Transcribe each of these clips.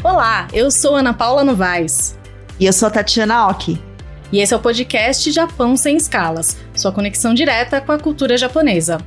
Olá, eu sou Ana Paula Novaes. E eu sou a Tatiana Oki. E esse é o podcast Japão Sem Escalas, sua conexão direta com a cultura japonesa.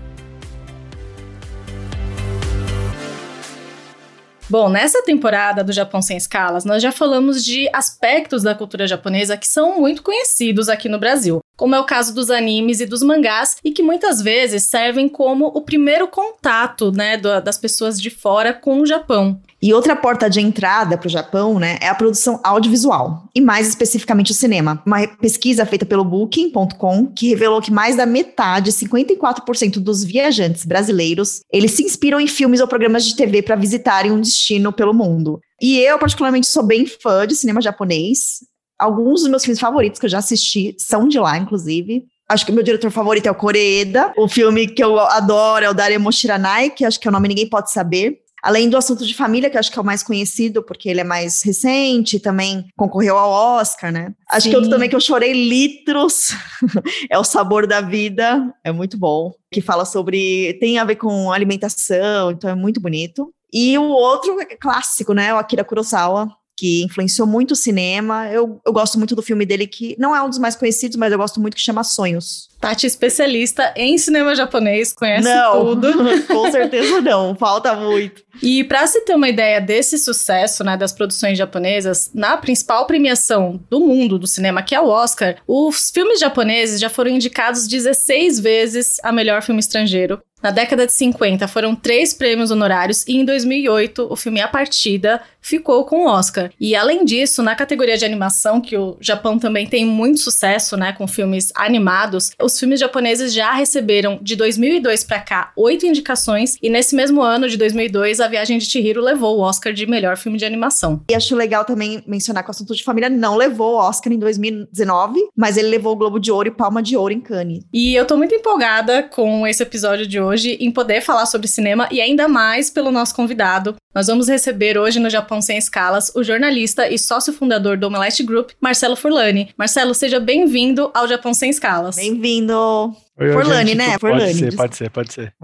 Bom, nessa temporada do Japão Sem Escalas, nós já falamos de aspectos da cultura japonesa que são muito conhecidos aqui no Brasil, como é o caso dos animes e dos mangás, e que muitas vezes servem como o primeiro contato, das pessoas de fora com o Japão. E outra porta de entrada para o Japão, é a produção audiovisual, e mais especificamente o cinema. Uma pesquisa feita pelo Booking.com, que revelou que mais da metade, 54% dos viajantes brasileiros, eles se inspiram em filmes ou programas de TV para visitarem um destino pelo mundo. E eu, particularmente, sou bem fã de cinema japonês. Alguns dos meus filmes favoritos que eu já assisti são de lá, inclusive. Acho que o meu diretor favorito é o Koreeda. O filme que eu adoro é o Daremo Shiranai, que acho que é o nome Ninguém Pode Saber. Além do Assunto de Família, que eu acho que é o mais conhecido, porque ele é mais recente, também concorreu ao Oscar, Acho que outro também que eu chorei litros é O Sabor da Vida, é muito bom. Que fala sobre, tem a ver com alimentação, então é muito bonito. E o outro é clássico, o Akira Kurosawa, que influenciou muito o cinema. Eu gosto muito do filme dele, que não é um dos mais conhecidos, mas eu gosto muito, que chama Sonhos. Tati, especialista em cinema japonês, conhece tudo. Com certeza não, falta muito. E para se ter uma ideia desse sucesso, das produções japonesas, na principal premiação do mundo do cinema, que é o Oscar, os filmes japoneses já foram indicados 16 vezes a melhor filme estrangeiro. Na década de 50, foram 3 prêmios honorários e em 2008, o filme A Partida ficou com o Oscar. E além disso, na categoria de animação, que o Japão também tem muito sucesso, com filmes animados, os filmes japoneses já receberam, de 2002 para cá, 8 indicações, e nesse mesmo ano, de 2002, A Viagem de Chihiro levou o Oscar de melhor filme de animação. E acho legal também mencionar que o Assunto de Família não levou o Oscar em 2019, mas ele levou o Globo de Ouro e Palma de Ouro em Cannes. E eu tô muito empolgada com esse episódio de hoje, em poder falar sobre cinema, e ainda mais pelo nosso convidado. Nós vamos receber hoje no Japão Sem Escalas o jornalista e sócio fundador do Omelete Group, Marcelo Furlani. Marcelo, seja bem-vindo ao Japão Sem Escalas. Bem-vindo! Oi, Furlani, gente, Furlani. Pode ser.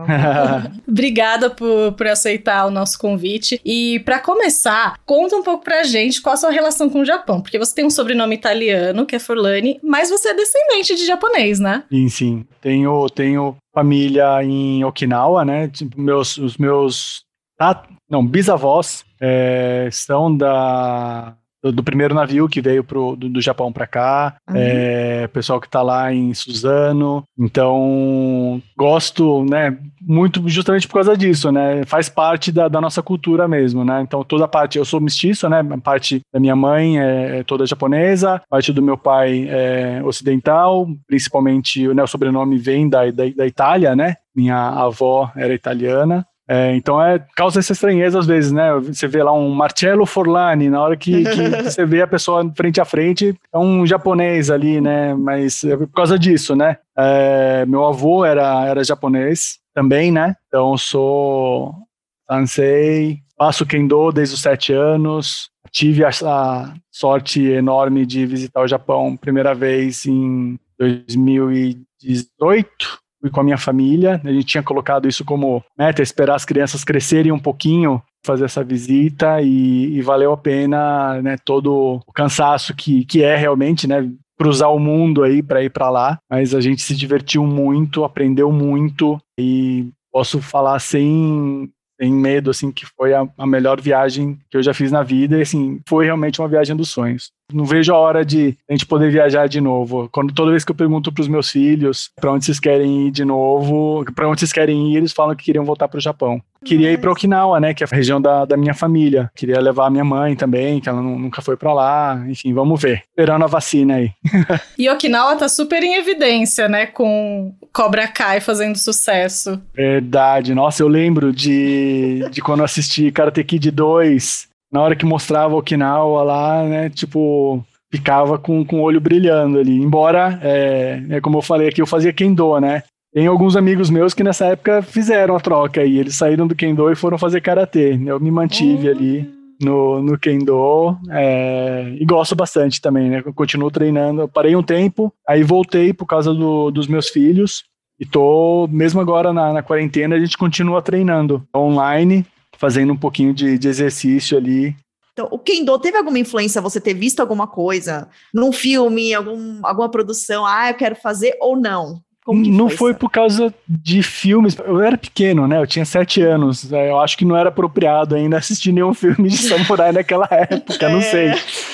Obrigada por aceitar o nosso convite. E para começar, conta um pouco pra gente qual a sua relação com o Japão, porque você tem um sobrenome italiano, que é Furlani, mas você é descendente de japonês, né? Sim. Tenho família em Okinawa, os meus bisavós são do primeiro navio que veio do Japão para cá, pessoal que tá lá em Suzano, então gosto, muito justamente por causa disso, faz parte da nossa cultura mesmo, então toda a parte, eu sou mestiço, a parte da minha mãe é toda japonesa, a parte do meu pai é ocidental, principalmente, o sobrenome vem da Itália, minha avó era italiana. Então causa essa estranheza às vezes, Você vê lá um Marcello Forlani, na hora que você vê a pessoa frente a frente, é um japonês ali, Mas é por causa disso, meu avô era japonês também, Então eu sou Sansei, faço Kendo desde os 7 anos, tive a sorte enorme de visitar o Japão primeira vez em 2018, fui com a minha família, a gente tinha colocado isso como meta, esperar as crianças crescerem um pouquinho, fazer essa visita e valeu a pena, todo o cansaço que é realmente, cruzar o mundo aí para ir para lá, mas a gente se divertiu muito, aprendeu muito e posso falar sem medo, assim, que foi a melhor viagem que eu já fiz na vida e, assim, foi realmente uma viagem dos sonhos. Não vejo a hora de a gente poder viajar de novo. Toda vez que eu pergunto para os meus filhos para onde vocês querem ir de novo, para onde vocês querem ir, eles falam que queriam voltar para o Japão. Queria ir para Okinawa, que é a região da minha família. Queria levar a minha mãe também, que ela nunca foi para lá. Enfim, vamos ver. Esperando a vacina aí. E Okinawa tá super em evidência, com Cobra Kai fazendo sucesso. Verdade. Nossa, eu lembro de quando eu assisti Karate Kid 2, na hora que mostrava Okinawa lá, tipo, ficava com o olho brilhando ali. Embora, como eu falei aqui, eu fazia Kendo, Tem alguns amigos meus que nessa época fizeram a troca aí. Eles saíram do Kendo e foram fazer Karatê. Eu me mantive ali no Kendo e gosto bastante também, Eu continuo treinando. Eu parei um tempo, aí voltei por causa dos meus filhos. E mesmo agora na quarentena, a gente continua treinando online, fazendo um pouquinho de exercício ali Então, o Kendo teve alguma influência, você ter visto alguma coisa num filme, alguma produção, eu quero fazer ou não? Não foi por causa de filmes. Eu era pequeno, né? Eu tinha 7 anos. Eu acho que não era apropriado ainda assistir nenhum filme de samurai naquela época, não sei.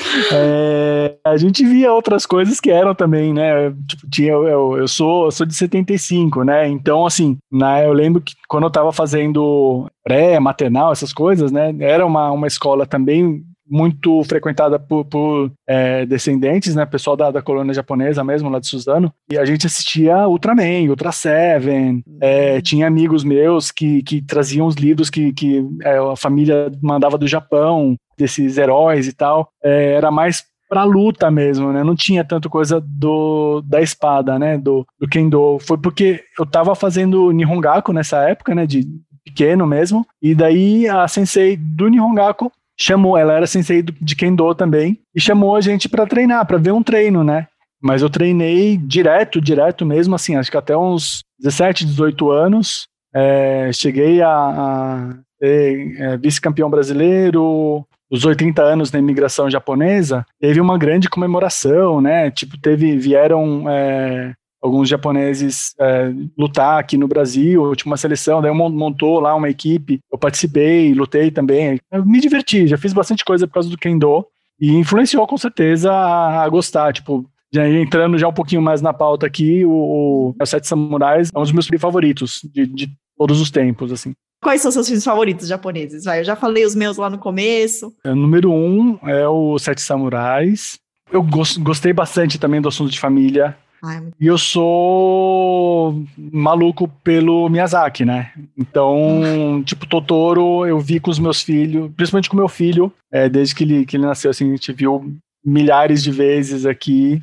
A gente via outras coisas que eram também, né? Tipo, eu sou de 75, né? Então, assim, eu lembro que quando eu tava fazendo pré-maternal, essas coisas, né? Era uma escola também muito frequentada por descendentes, né, pessoal da colônia japonesa mesmo, lá de Suzano, e a gente assistia Ultraman, Ultra Seven, tinha amigos meus que traziam os livros que a família mandava do Japão, desses heróis e tal, era mais pra luta mesmo, né, não tinha tanto coisa da espada, né, do Kendo. Foi porque eu tava fazendo Nihongaku nessa época, né, de pequeno mesmo, e daí a sensei do Nihongaku chamou, ela era sensei de Kendo também, e chamou a gente pra treinar, pra ver um treino, né? Mas eu treinei direto mesmo, assim, acho que até uns 17, 18 anos, cheguei a ser vice-campeão brasileiro, os 80 anos da imigração japonesa, teve uma grande comemoração, né? Tipo, vieram alguns japoneses lutar aqui no Brasil, tinha uma seleção, daí montou lá uma equipe, eu participei, lutei também, eu me diverti, já fiz bastante coisa por causa do Kendo, e influenciou com certeza a gostar, tipo, já entrando já um pouquinho mais na pauta aqui, os Sete Samurais é um dos meus favoritos de todos os tempos, assim. Quais são seus filmes favoritos japoneses? Eu já falei os meus lá no começo. O número 1 é o Sete Samurais, eu gostei bastante também do Assunto de Família. E eu sou maluco pelo Miyazaki, né? Então, tipo, Totoro eu vi com os meus filhos, principalmente com o meu filho, desde que ele nasceu, assim, a gente viu milhares de vezes aqui.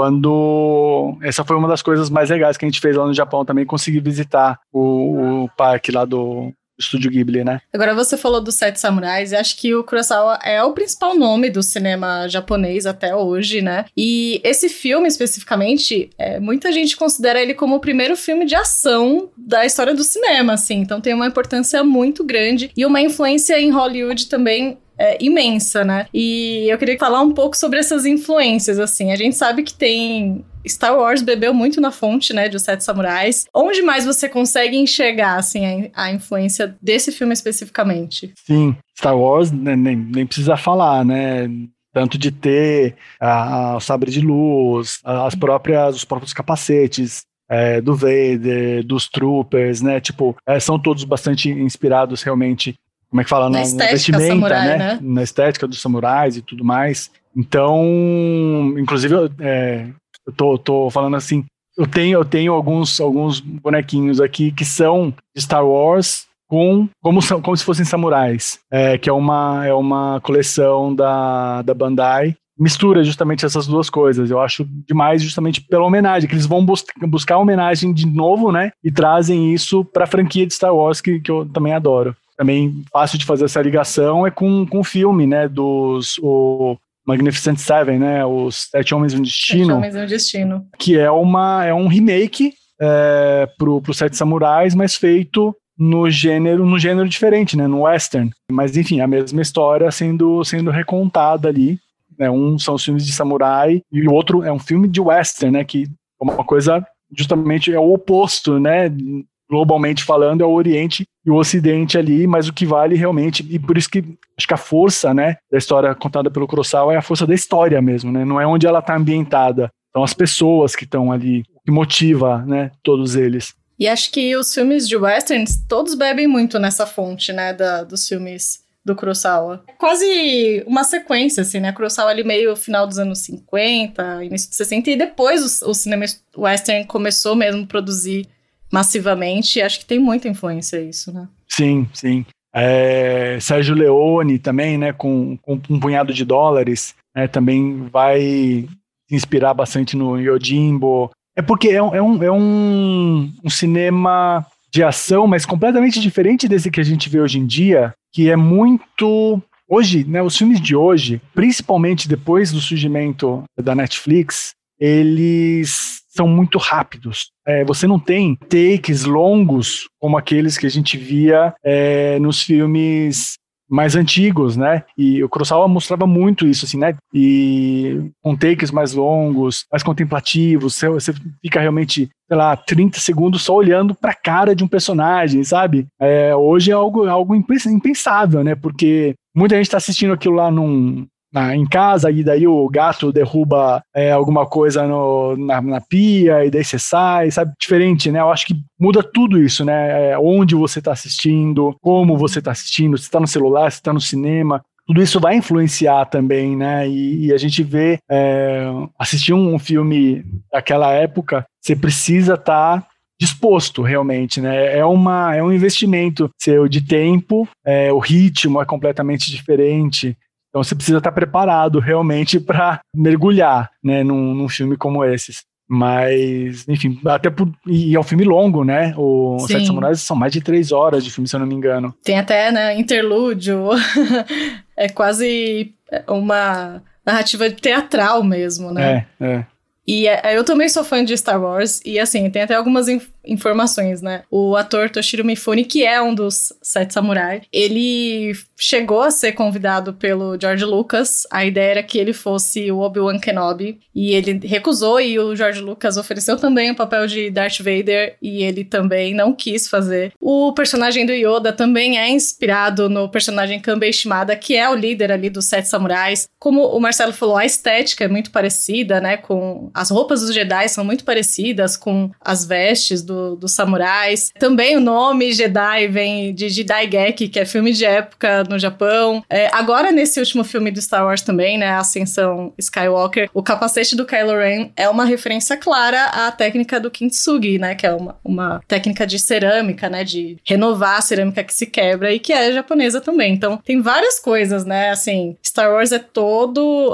Essa foi uma das coisas mais legais que a gente fez lá no Japão também, conseguir visitar o parque lá do Estúdio Ghibli, né? Agora você falou dos Sete Samurais, e acho que o Kurosawa é o principal nome do cinema japonês até hoje, né? E esse filme, especificamente, muita gente considera ele como o primeiro filme de ação da história do cinema, assim. Então tem uma importância muito grande e uma influência em Hollywood também imensa, né? E eu queria falar um pouco sobre essas influências, assim. A gente sabe que tem... Star Wars bebeu muito na fonte, né, de Os Sete Samurais. Onde mais você consegue enxergar, assim, a influência desse filme especificamente? Sim, Star Wars nem precisa falar, né? Tanto de ter o sabre de luz, os próprios capacetes do Vader, dos Troopers, né? Tipo, são todos bastante inspirados realmente, como é que fala? Na estética vestimenta, samurai, né? Na estética dos samurais e tudo mais. Então, inclusive, eu tô falando assim, eu tenho alguns bonequinhos aqui que são de Star Wars como se fossem samurais, que é uma coleção da Bandai, mistura justamente essas duas coisas. Eu acho demais justamente pela homenagem, que eles vão buscar a homenagem de novo, né, e trazem isso pra franquia de Star Wars, que eu também adoro. Também fácil de fazer essa ligação com o filme, né, o Magnificent Seven, né, os Sete Homens e um Destino. Sete Homens e um Destino. Que é um remake pro Sete Samurais, mas feito num gênero diferente, né, no western. Mas, enfim, a mesma história sendo recontada ali. Né, são os filmes de samurai e o outro é um filme de western, né, que é uma coisa justamente o oposto, né, globalmente falando, é o Oriente e o Ocidente ali, mas o que vale realmente, e por isso que acho que a força, né, da história contada pelo Kurosawa é a força da história mesmo, né, não é onde ela está ambientada, são as pessoas que estão ali, o que motiva, né, todos eles. E acho que os filmes de westerns, todos bebem muito nessa fonte, né, dos filmes do Kurosawa. Quase uma sequência, assim, né, Kurosawa ali meio final dos anos 50, início dos 60, e depois o cinema western começou mesmo a produzir massivamente, acho que tem muita influência isso, né? Sim. Sérgio Leone também, né, com um punhado de dólares, né, também vai se inspirar bastante no Yojimbo. É porque é um cinema de ação, mas completamente diferente desse que a gente vê hoje em dia, que é muito... Hoje, né, os filmes de hoje, principalmente depois do surgimento da Netflix, eles são muito rápidos. Você não tem takes longos como aqueles que a gente via nos filmes mais antigos, né? E o Kurosawa mostrava muito isso, assim, né? E com takes mais longos, mais contemplativos, você fica realmente, sei lá, 30 segundos só olhando pra cara de um personagem, sabe? Hoje é algo impensável, né? Porque muita gente tá assistindo aquilo lá em casa, e daí o gato derruba alguma coisa na pia, e daí você sai, sabe? Diferente, né? Eu acho que muda tudo isso, né? Onde você tá assistindo, como você tá assistindo, se tá no celular, se tá no cinema. Tudo isso vai influenciar também, né? E a gente vê, assistir um filme daquela época, você precisa estar disposto realmente, né? É um investimento seu de tempo, o ritmo é completamente diferente. Então você precisa estar preparado realmente para mergulhar, né, num filme como esses. Mas, enfim, e é um filme longo, né? Os Sete Samurais são mais de 3 horas de filme, se eu não me engano. Tem até, né, interlúdio. É quase uma narrativa teatral mesmo, né? E eu também sou fã de Star Wars, e assim, tem até algumas informações, né? O ator Toshiro Mifune, que é um dos 7 samurais, ele chegou a ser convidado pelo George Lucas. A ideia era que ele fosse o Obi-Wan Kenobi, e ele recusou, e o George Lucas ofereceu também o papel de Darth Vader, e ele também não quis fazer. O personagem do Yoda também é inspirado no personagem Kanbei Shimada, que é o líder ali dos 7 samurais. Como o Marcelo falou, a estética é muito parecida, né? As roupas dos Jedi são muito parecidas com as vestes dos samurais. Também o nome Jedi vem de Jidaigeki, que é filme de época no Japão. Agora, nesse último filme do Star Wars também, né, Ascensão Skywalker, o capacete do Kylo Ren é uma referência clara à técnica do Kintsugi, né, que é uma técnica de cerâmica, né, de renovar a cerâmica que se quebra, e que é japonesa também. Então, tem várias coisas, né, assim, Star Wars é todo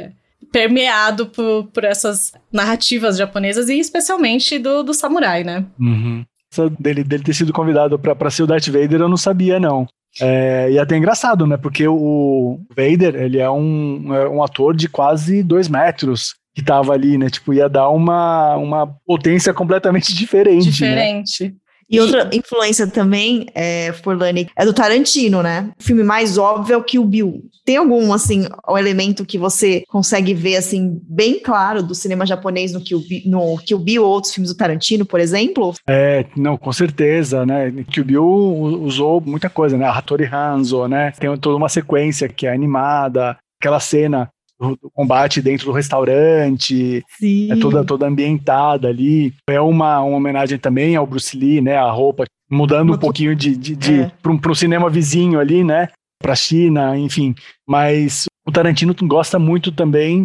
permeado por essas narrativas japonesas, e especialmente do samurai, né? Uhum. Dele ter sido convidado pra ser o Darth Vader, eu não sabia, não. E até engraçado, né? Porque o Vader, ele é um ator de quase 2 metros que tava ali, né? Tipo, ia dar uma potência completamente diferente. Né? E outra influência também, Forlani, é do Tarantino, né? O filme mais óbvio é o Kill Bill. Tem algum, assim, um elemento que você consegue ver, assim, bem claro do cinema japonês no Kill Bill ou outros filmes do Tarantino, por exemplo? Não, com certeza, né? Kill Bill usou muita coisa, né? A Hattori Hanzo, né? Tem toda uma sequência que é animada, aquela cena do combate dentro do restaurante, Sim. Toda ambientada ali. É uma homenagem também ao Bruce Lee, né? A roupa mudando um pouquinho para um cinema vizinho ali, né? Para a China, enfim. Mas o Tarantino gosta muito também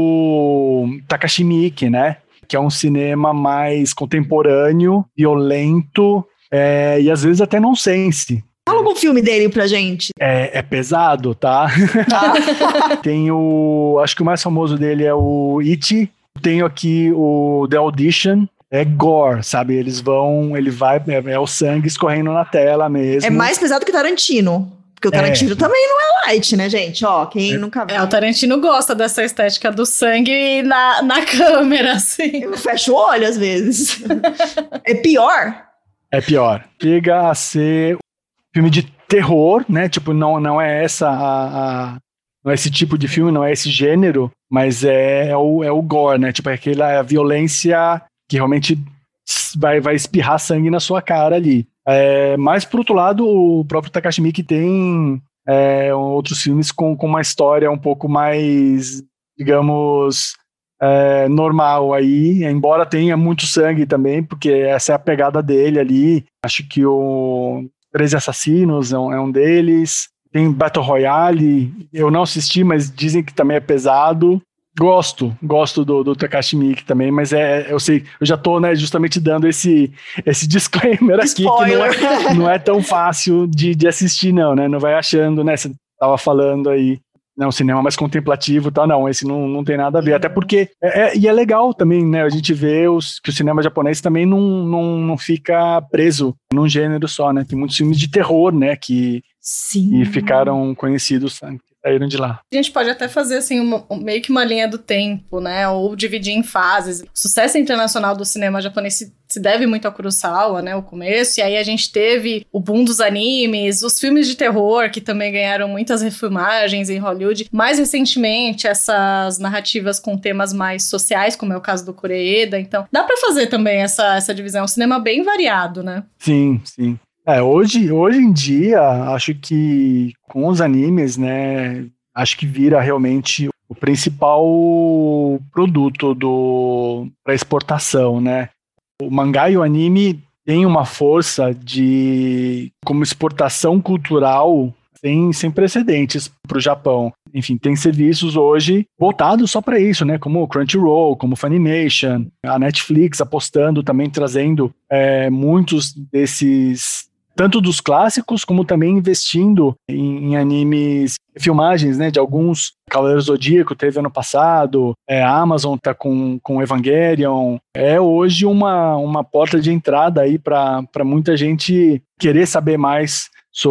do Takashi Miike, né? Que é um cinema mais contemporâneo, violento, e às vezes até nonsense. Fala algum filme dele pra gente. É pesado, tá? Tem acho que o mais famoso dele é o It. Tenho aqui o The Audition. É gore, sabe? Ele vai, o sangue escorrendo na tela mesmo. É mais pesado que Tarantino. Porque o Tarantino também não é light, né, gente? Ó, quem nunca viu. O Tarantino gosta dessa estética do sangue na câmera, assim. Eu fecho o olho às vezes. É pior? É pior. Chega a ser filme de terror, né? Tipo, não é não é esse tipo de filme, não é esse gênero, mas é o gore, né? Tipo, é aquela violência que realmente vai espirrar sangue na sua cara ali. Mas, por outro lado, o próprio Takashi Miike tem outros filmes com uma história um pouco mais, digamos, normal aí, embora tenha muito sangue também, porque essa é a pegada dele ali. Acho que o 13 Assassinos é um deles. Tem Battle Royale, eu não assisti, mas dizem que também é pesado. Gosto do Takashi Miike também, mas eu sei, eu já tô, né, justamente dando esse disclaimer aqui, que não é tão fácil de assistir, não, né? Não vai achando, né? Você tava falando aí, não, cinema mais contemplativo e tal, não, esse não tem nada a ver, até porque, e é legal também, né, a gente vê que o cinema japonês também não fica preso num gênero só, né, tem muitos filmes de terror, né, que ficaram conhecidos saíram de lá. A gente pode até fazer, assim, meio que uma linha do tempo, né? Ou dividir em fases. O sucesso internacional do cinema japonês se deve muito a Kurosawa, né? O começo. E aí a gente teve o boom dos animes, os filmes de terror, que também ganharam muitas refilmagens em Hollywood. Mais recentemente, essas narrativas com temas mais sociais, como é o caso do Koreeda. Então, dá pra fazer também essa divisão. É um cinema bem variado, né? Sim, sim. Hoje em dia, acho que com os animes, né, acho que vira realmente o principal produto para exportação, né? O mangá e o anime têm uma força como exportação cultural sem precedentes para o Japão. Enfim, tem serviços hoje voltados só para isso, né? Como o Crunchyroll, como o Funimation, a Netflix apostando também, trazendo muitos desses, tanto dos clássicos, como também investindo em animes, filmagens, né, de alguns. Cavaleiro Zodíaco teve ano passado, a Amazon tá com Evangelion. É hoje uma porta de entrada aí para muita gente querer saber mais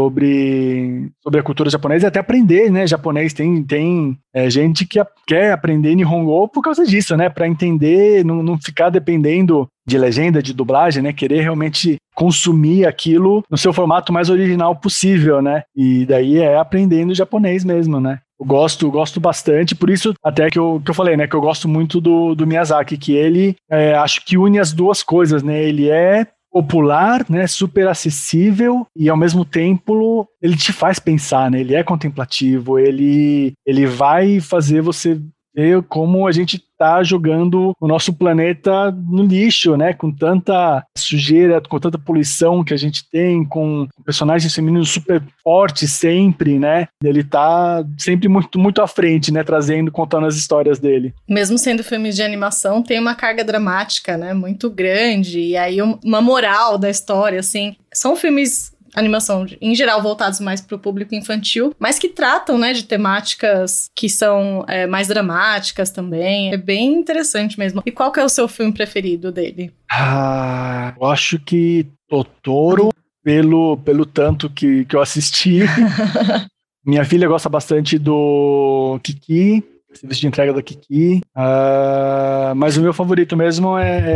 sobre a cultura japonesa e até aprender, né, japonês. Tem gente que quer aprender Nihongo por causa disso, né, para entender, não ficar dependendo de legenda, de dublagem, né, querer realmente consumir aquilo no seu formato mais original possível, né, e daí aprendendo japonês mesmo, né. Eu gosto bastante, por isso até que eu falei, né, que eu gosto muito do Miyazaki, que ele, acho que une as duas coisas, né, ele é popular, né, super acessível e ao mesmo tempo ele te faz pensar, né, ele é contemplativo, ele vai fazer você ver como a gente tá jogando o nosso planeta no lixo, né, com tanta sujeira, com tanta poluição que a gente tem, com personagens femininos super fortes sempre, né, ele tá sempre muito, muito à frente, né, contando as histórias dele. Mesmo sendo filmes de animação, tem uma carga dramática, né, muito grande, e aí uma moral da história, assim, são filmes animação, em geral, voltados mais para o público infantil, mas que tratam, né, de temáticas que são mais dramáticas também. É bem interessante mesmo. E qual que é o seu filme preferido dele? Eu acho que Totoro, pelo tanto que eu assisti. Minha filha gosta bastante do Kiki, serviço de entrega da Kiki. Mas o meu favorito mesmo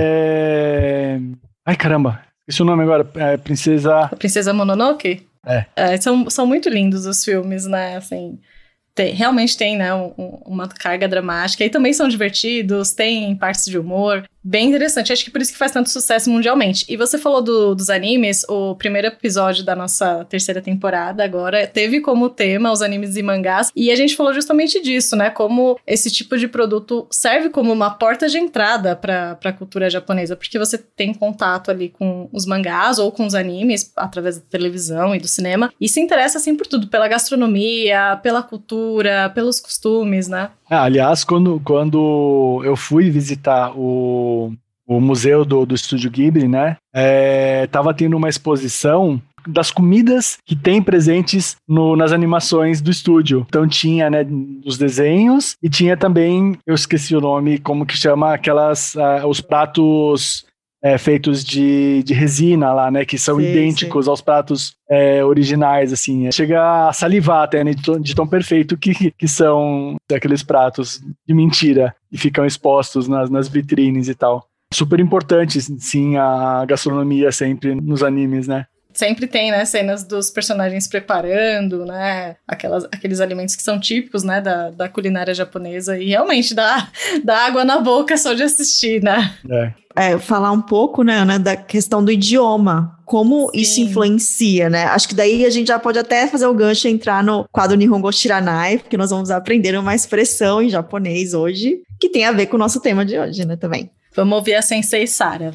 é... Ai, caramba! Esse é o nome agora, Princesa... A Princesa Mononoke? São muito lindos os filmes, né, assim... Realmente tem, né, uma carga dramática. E também são divertidos, tem partes de humor. Bem interessante. Acho que por isso que faz tanto sucesso mundialmente. E você falou dos animes. O primeiro episódio da nossa terceira temporada agora teve como tema os animes e mangás. E a gente falou justamente disso, né? Como esse tipo de produto serve como uma porta de entrada para a cultura japonesa. Porque você tem contato ali com os mangás ou com os animes através da televisão e do cinema. E se interessa, assim, por tudo. Pela gastronomia, pela cultura, pelos costumes, né? Aliás, quando eu fui visitar o museu do Estúdio Ghibli, né, tava tendo uma exposição das comidas que tem presentes nas animações do estúdio. Então tinha, né, os desenhos e tinha também, eu esqueci o nome, como que chama, os pratos feitos de resina lá, né, que são idênticos aos pratos originais, assim. Chega a salivar até, né, de tão perfeito que são aqueles pratos de mentira e ficam expostos nas vitrines e tal. Super importante, sim, a gastronomia sempre nos animes, né. Sempre tem, né, cenas dos personagens preparando, né, aqueles alimentos que são típicos, né, da culinária japonesa, e realmente dá água na boca só de assistir, né. Falar um pouco, né, da questão do idioma, como isso influencia, né, acho que daí a gente já pode até fazer o gancho e entrar no quadro Nihongo Shiranai, porque nós vamos aprender uma expressão em japonês hoje, que tem a ver com o nosso tema de hoje, né, também. Vamos ouvir a Sensei Sara.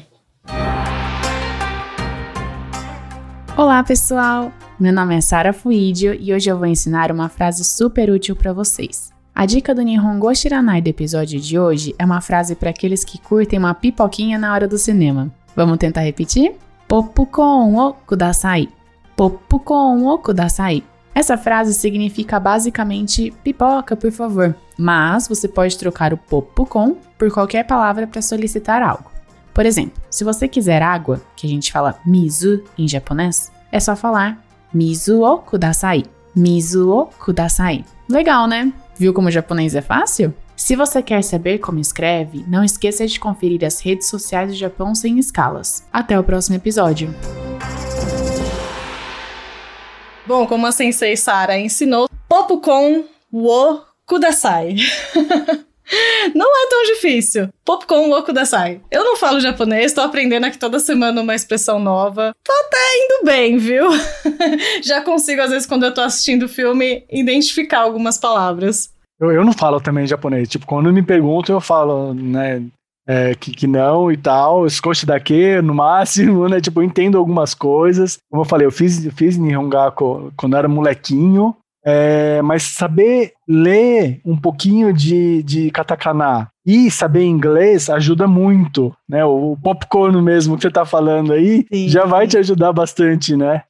Olá, pessoal! Meu nome é Sara Fuidio e hoje eu vou ensinar uma frase super útil para vocês. A dica do Nihongo Shiranai do episódio de hoje é uma frase para aqueles que curtem uma pipoquinha na hora do cinema. Vamos tentar repetir? Popcorn o kudasai. Popcorn o kudasai. Essa frase significa basicamente pipoca, por favor, mas você pode trocar o popcorn por qualquer palavra para solicitar algo. Por exemplo, se você quiser água, que a gente fala mizu em japonês, é só falar mizu o kudasai. Mizu o kudasai. Legal, né? Viu como o japonês é fácil? Se você quer saber como escreve, não esqueça de conferir as redes sociais do Japão Sem Escalas. Até o próximo episódio. Bom, como a Sensei Sara ensinou, Popukon wo Kudasai. Não é tão difícil. Popcorn wo Kudasai. Eu não falo japonês, tô aprendendo aqui toda semana uma expressão nova. Tô até indo bem, viu? Já consigo, às vezes, quando eu tô assistindo o filme, identificar algumas palavras. Eu não falo também japonês. Tipo, quando me perguntam, eu falo, né, que não e tal. Escote daqui, no máximo, né? Tipo, eu entendo algumas coisas. Como eu falei, eu fiz Nihongaku quando eu era molequinho. Mas saber ler um pouquinho de katakana e saber inglês ajuda muito, né? O popcorn mesmo que você tá falando aí, sim, já vai te ajudar bastante, né?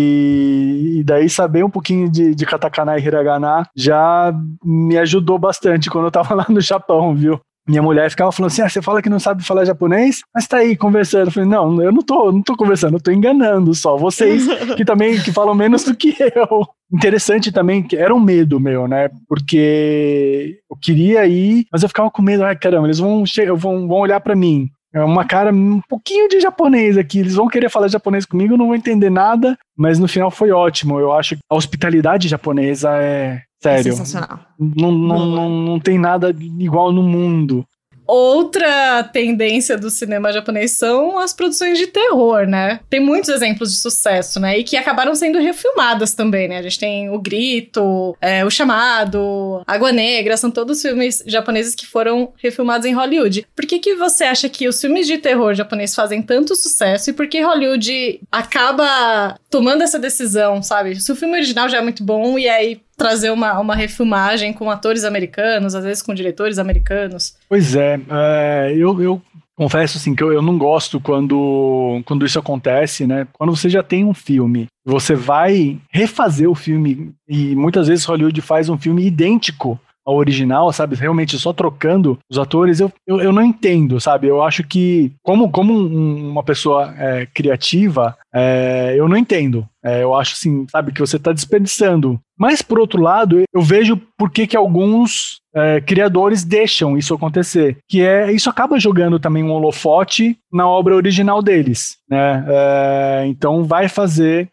E daí saber um pouquinho de katakana e hiragana já me ajudou bastante quando eu tava lá no Japão, viu? Minha mulher ficava falando assim, você fala que não sabe falar japonês, mas tá aí conversando. Eu falei, não, eu não tô conversando, eu tô enganando só. Vocês que falam menos do que eu. Interessante também, que era um medo meu, né? Porque eu queria ir, mas eu ficava com medo, caramba, eles vão olhar pra mim. É uma cara um pouquinho de japonês aqui, eles vão querer falar japonês comigo, eu não vou entender nada, mas no final foi ótimo. Eu acho que a hospitalidade japonesa sério. Sensacional. Não tem nada igual no mundo. Outra tendência do cinema japonês são as produções de terror, né? Tem muitos exemplos de sucesso, né? E que acabaram sendo refilmadas também, né? A gente tem O Grito, O Chamado, Água Negra, são todos filmes japoneses que foram refilmados em Hollywood. Por que você acha que os filmes de terror japonês fazem tanto sucesso e por que Hollywood acaba tomando essa decisão, sabe? Se o filme original já é muito bom e aí trazer uma refilmagem com atores americanos, às vezes com diretores americanos. Pois eu confesso assim que eu não gosto quando isso acontece, né? Quando você já tem um filme, você vai refazer o filme e muitas vezes Hollywood faz um filme idêntico ao original, sabe? Realmente só trocando os atores, eu não entendo, sabe? Eu acho que como uma pessoa criativa, eu não entendo. Eu acho assim, sabe, que você está desperdiçando. Mas, por outro lado, eu vejo por que alguns criadores deixam isso acontecer. Isso acaba jogando também um holofote na obra original deles, né? Então vai fazer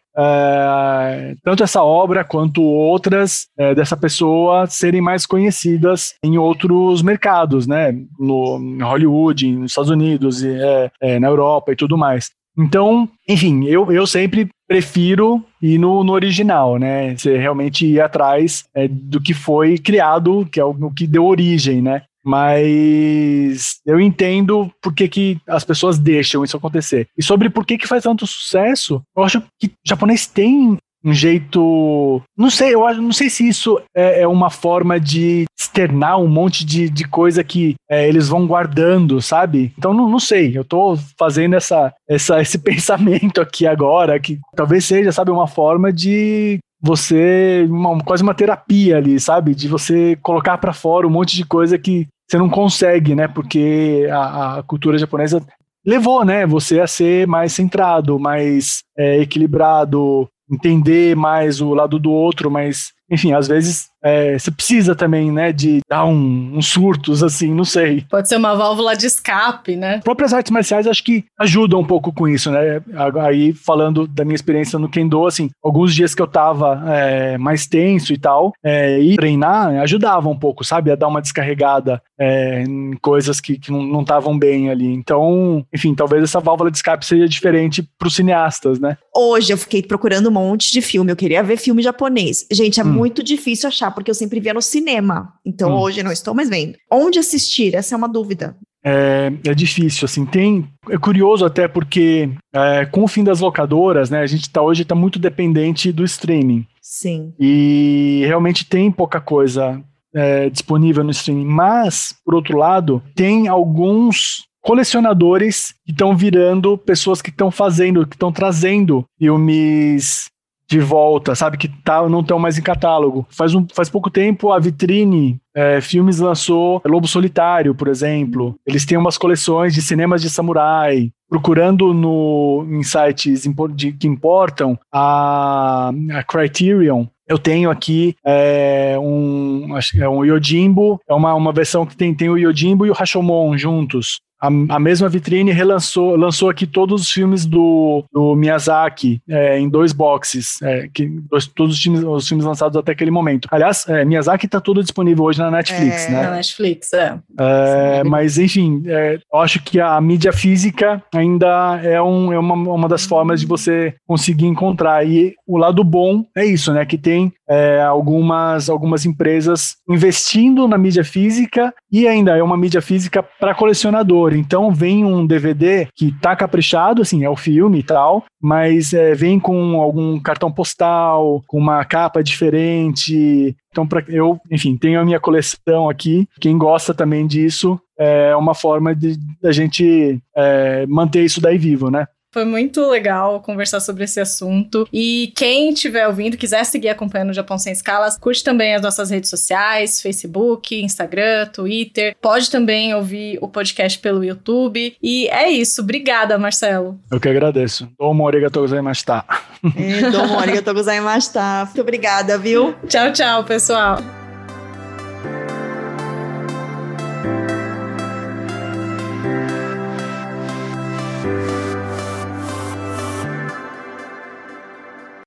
tanto essa obra quanto outras dessa pessoa serem mais conhecidas em outros mercados, né? No Hollywood, nos Estados Unidos, na Europa e tudo mais. Então, enfim, eu sempre prefiro ir no original, né? Você realmente ir atrás do que foi criado, que é o que deu origem, né? Mas eu entendo por que as pessoas deixam isso acontecer. E sobre por que faz tanto sucesso, eu acho que o japonês tem um jeito... Não sei se isso é uma forma de externar um monte de coisa que eles vão guardando, sabe? Então, não sei. Eu tô fazendo esse pensamento aqui agora, que talvez seja, sabe, uma forma de você... quase uma terapia ali, sabe? De você colocar pra fora um monte de coisa que você não consegue, né? Porque a cultura japonesa levou, né? Você a ser mais centrado, mais equilibrado, entender mais o lado do outro, mas, enfim, às vezes você precisa também, né, de dar uns surtos, assim, não sei. Pode ser uma válvula de escape, né? As próprias artes marciais acho que ajudam um pouco com isso, né? Aí, falando da minha experiência no Kendo, assim, alguns dias que eu tava mais tenso e tal, e treinar ajudava um pouco, sabe? A dar uma descarregada em coisas que não estavam bem ali. Então, enfim, talvez essa válvula de escape seja diferente pros cineastas, né? Hoje eu fiquei procurando um monte de filme, eu queria ver filme japonês. Gente, é muito difícil achar, porque eu sempre via no cinema. Então hoje não estou mais vendo. Onde assistir? Essa é uma dúvida. É difícil, assim, é curioso até porque com o fim das locadoras, né, a gente hoje tá muito dependente do streaming. Sim. E realmente tem pouca coisa disponível no streaming, mas, por outro lado, tem alguns colecionadores que estão virando pessoas que estão trazendo filmes de volta, sabe? Que não estão mais em catálogo. Faz pouco tempo a Vitrine Filmes lançou Lobo Solitário, por exemplo. Eles têm umas coleções de cinemas de samurai. Procurando em sites que importam, a Criterion Eu tenho aqui acho que é um Yojimbo, é uma versão que tem o Yojimbo e o Rashomon juntos. A mesma vitrine lançou aqui todos os filmes do Miyazaki em 2 boxes, todos os filmes lançados até aquele momento. Aliás, Miyazaki está tudo disponível hoje na Netflix, né? Na Netflix, Mas, enfim, eu acho que a mídia física ainda é uma das formas de você conseguir encontrar. E o lado bom é isso, né? Que tem algumas empresas investindo na mídia física e ainda é uma mídia física para colecionador. Então vem um DVD que tá caprichado, assim, é o filme e tal, mas vem com algum cartão postal, com uma capa diferente. Então eu, enfim, tenho a minha coleção aqui. Quem gosta também disso, é uma forma da gente manter isso daí vivo, né? Foi muito legal conversar sobre esse assunto. E quem estiver ouvindo, quiser seguir acompanhando o Japão Sem Escalas, curte também as nossas redes sociais, Facebook, Instagram, Twitter. Pode também ouvir o podcast pelo YouTube. E é isso. Obrigada, Marcelo. Eu que agradeço. Domo arigatou gozaimashita. Domo arigatou gozaimashita. Muito obrigada, viu? Tchau, tchau, pessoal.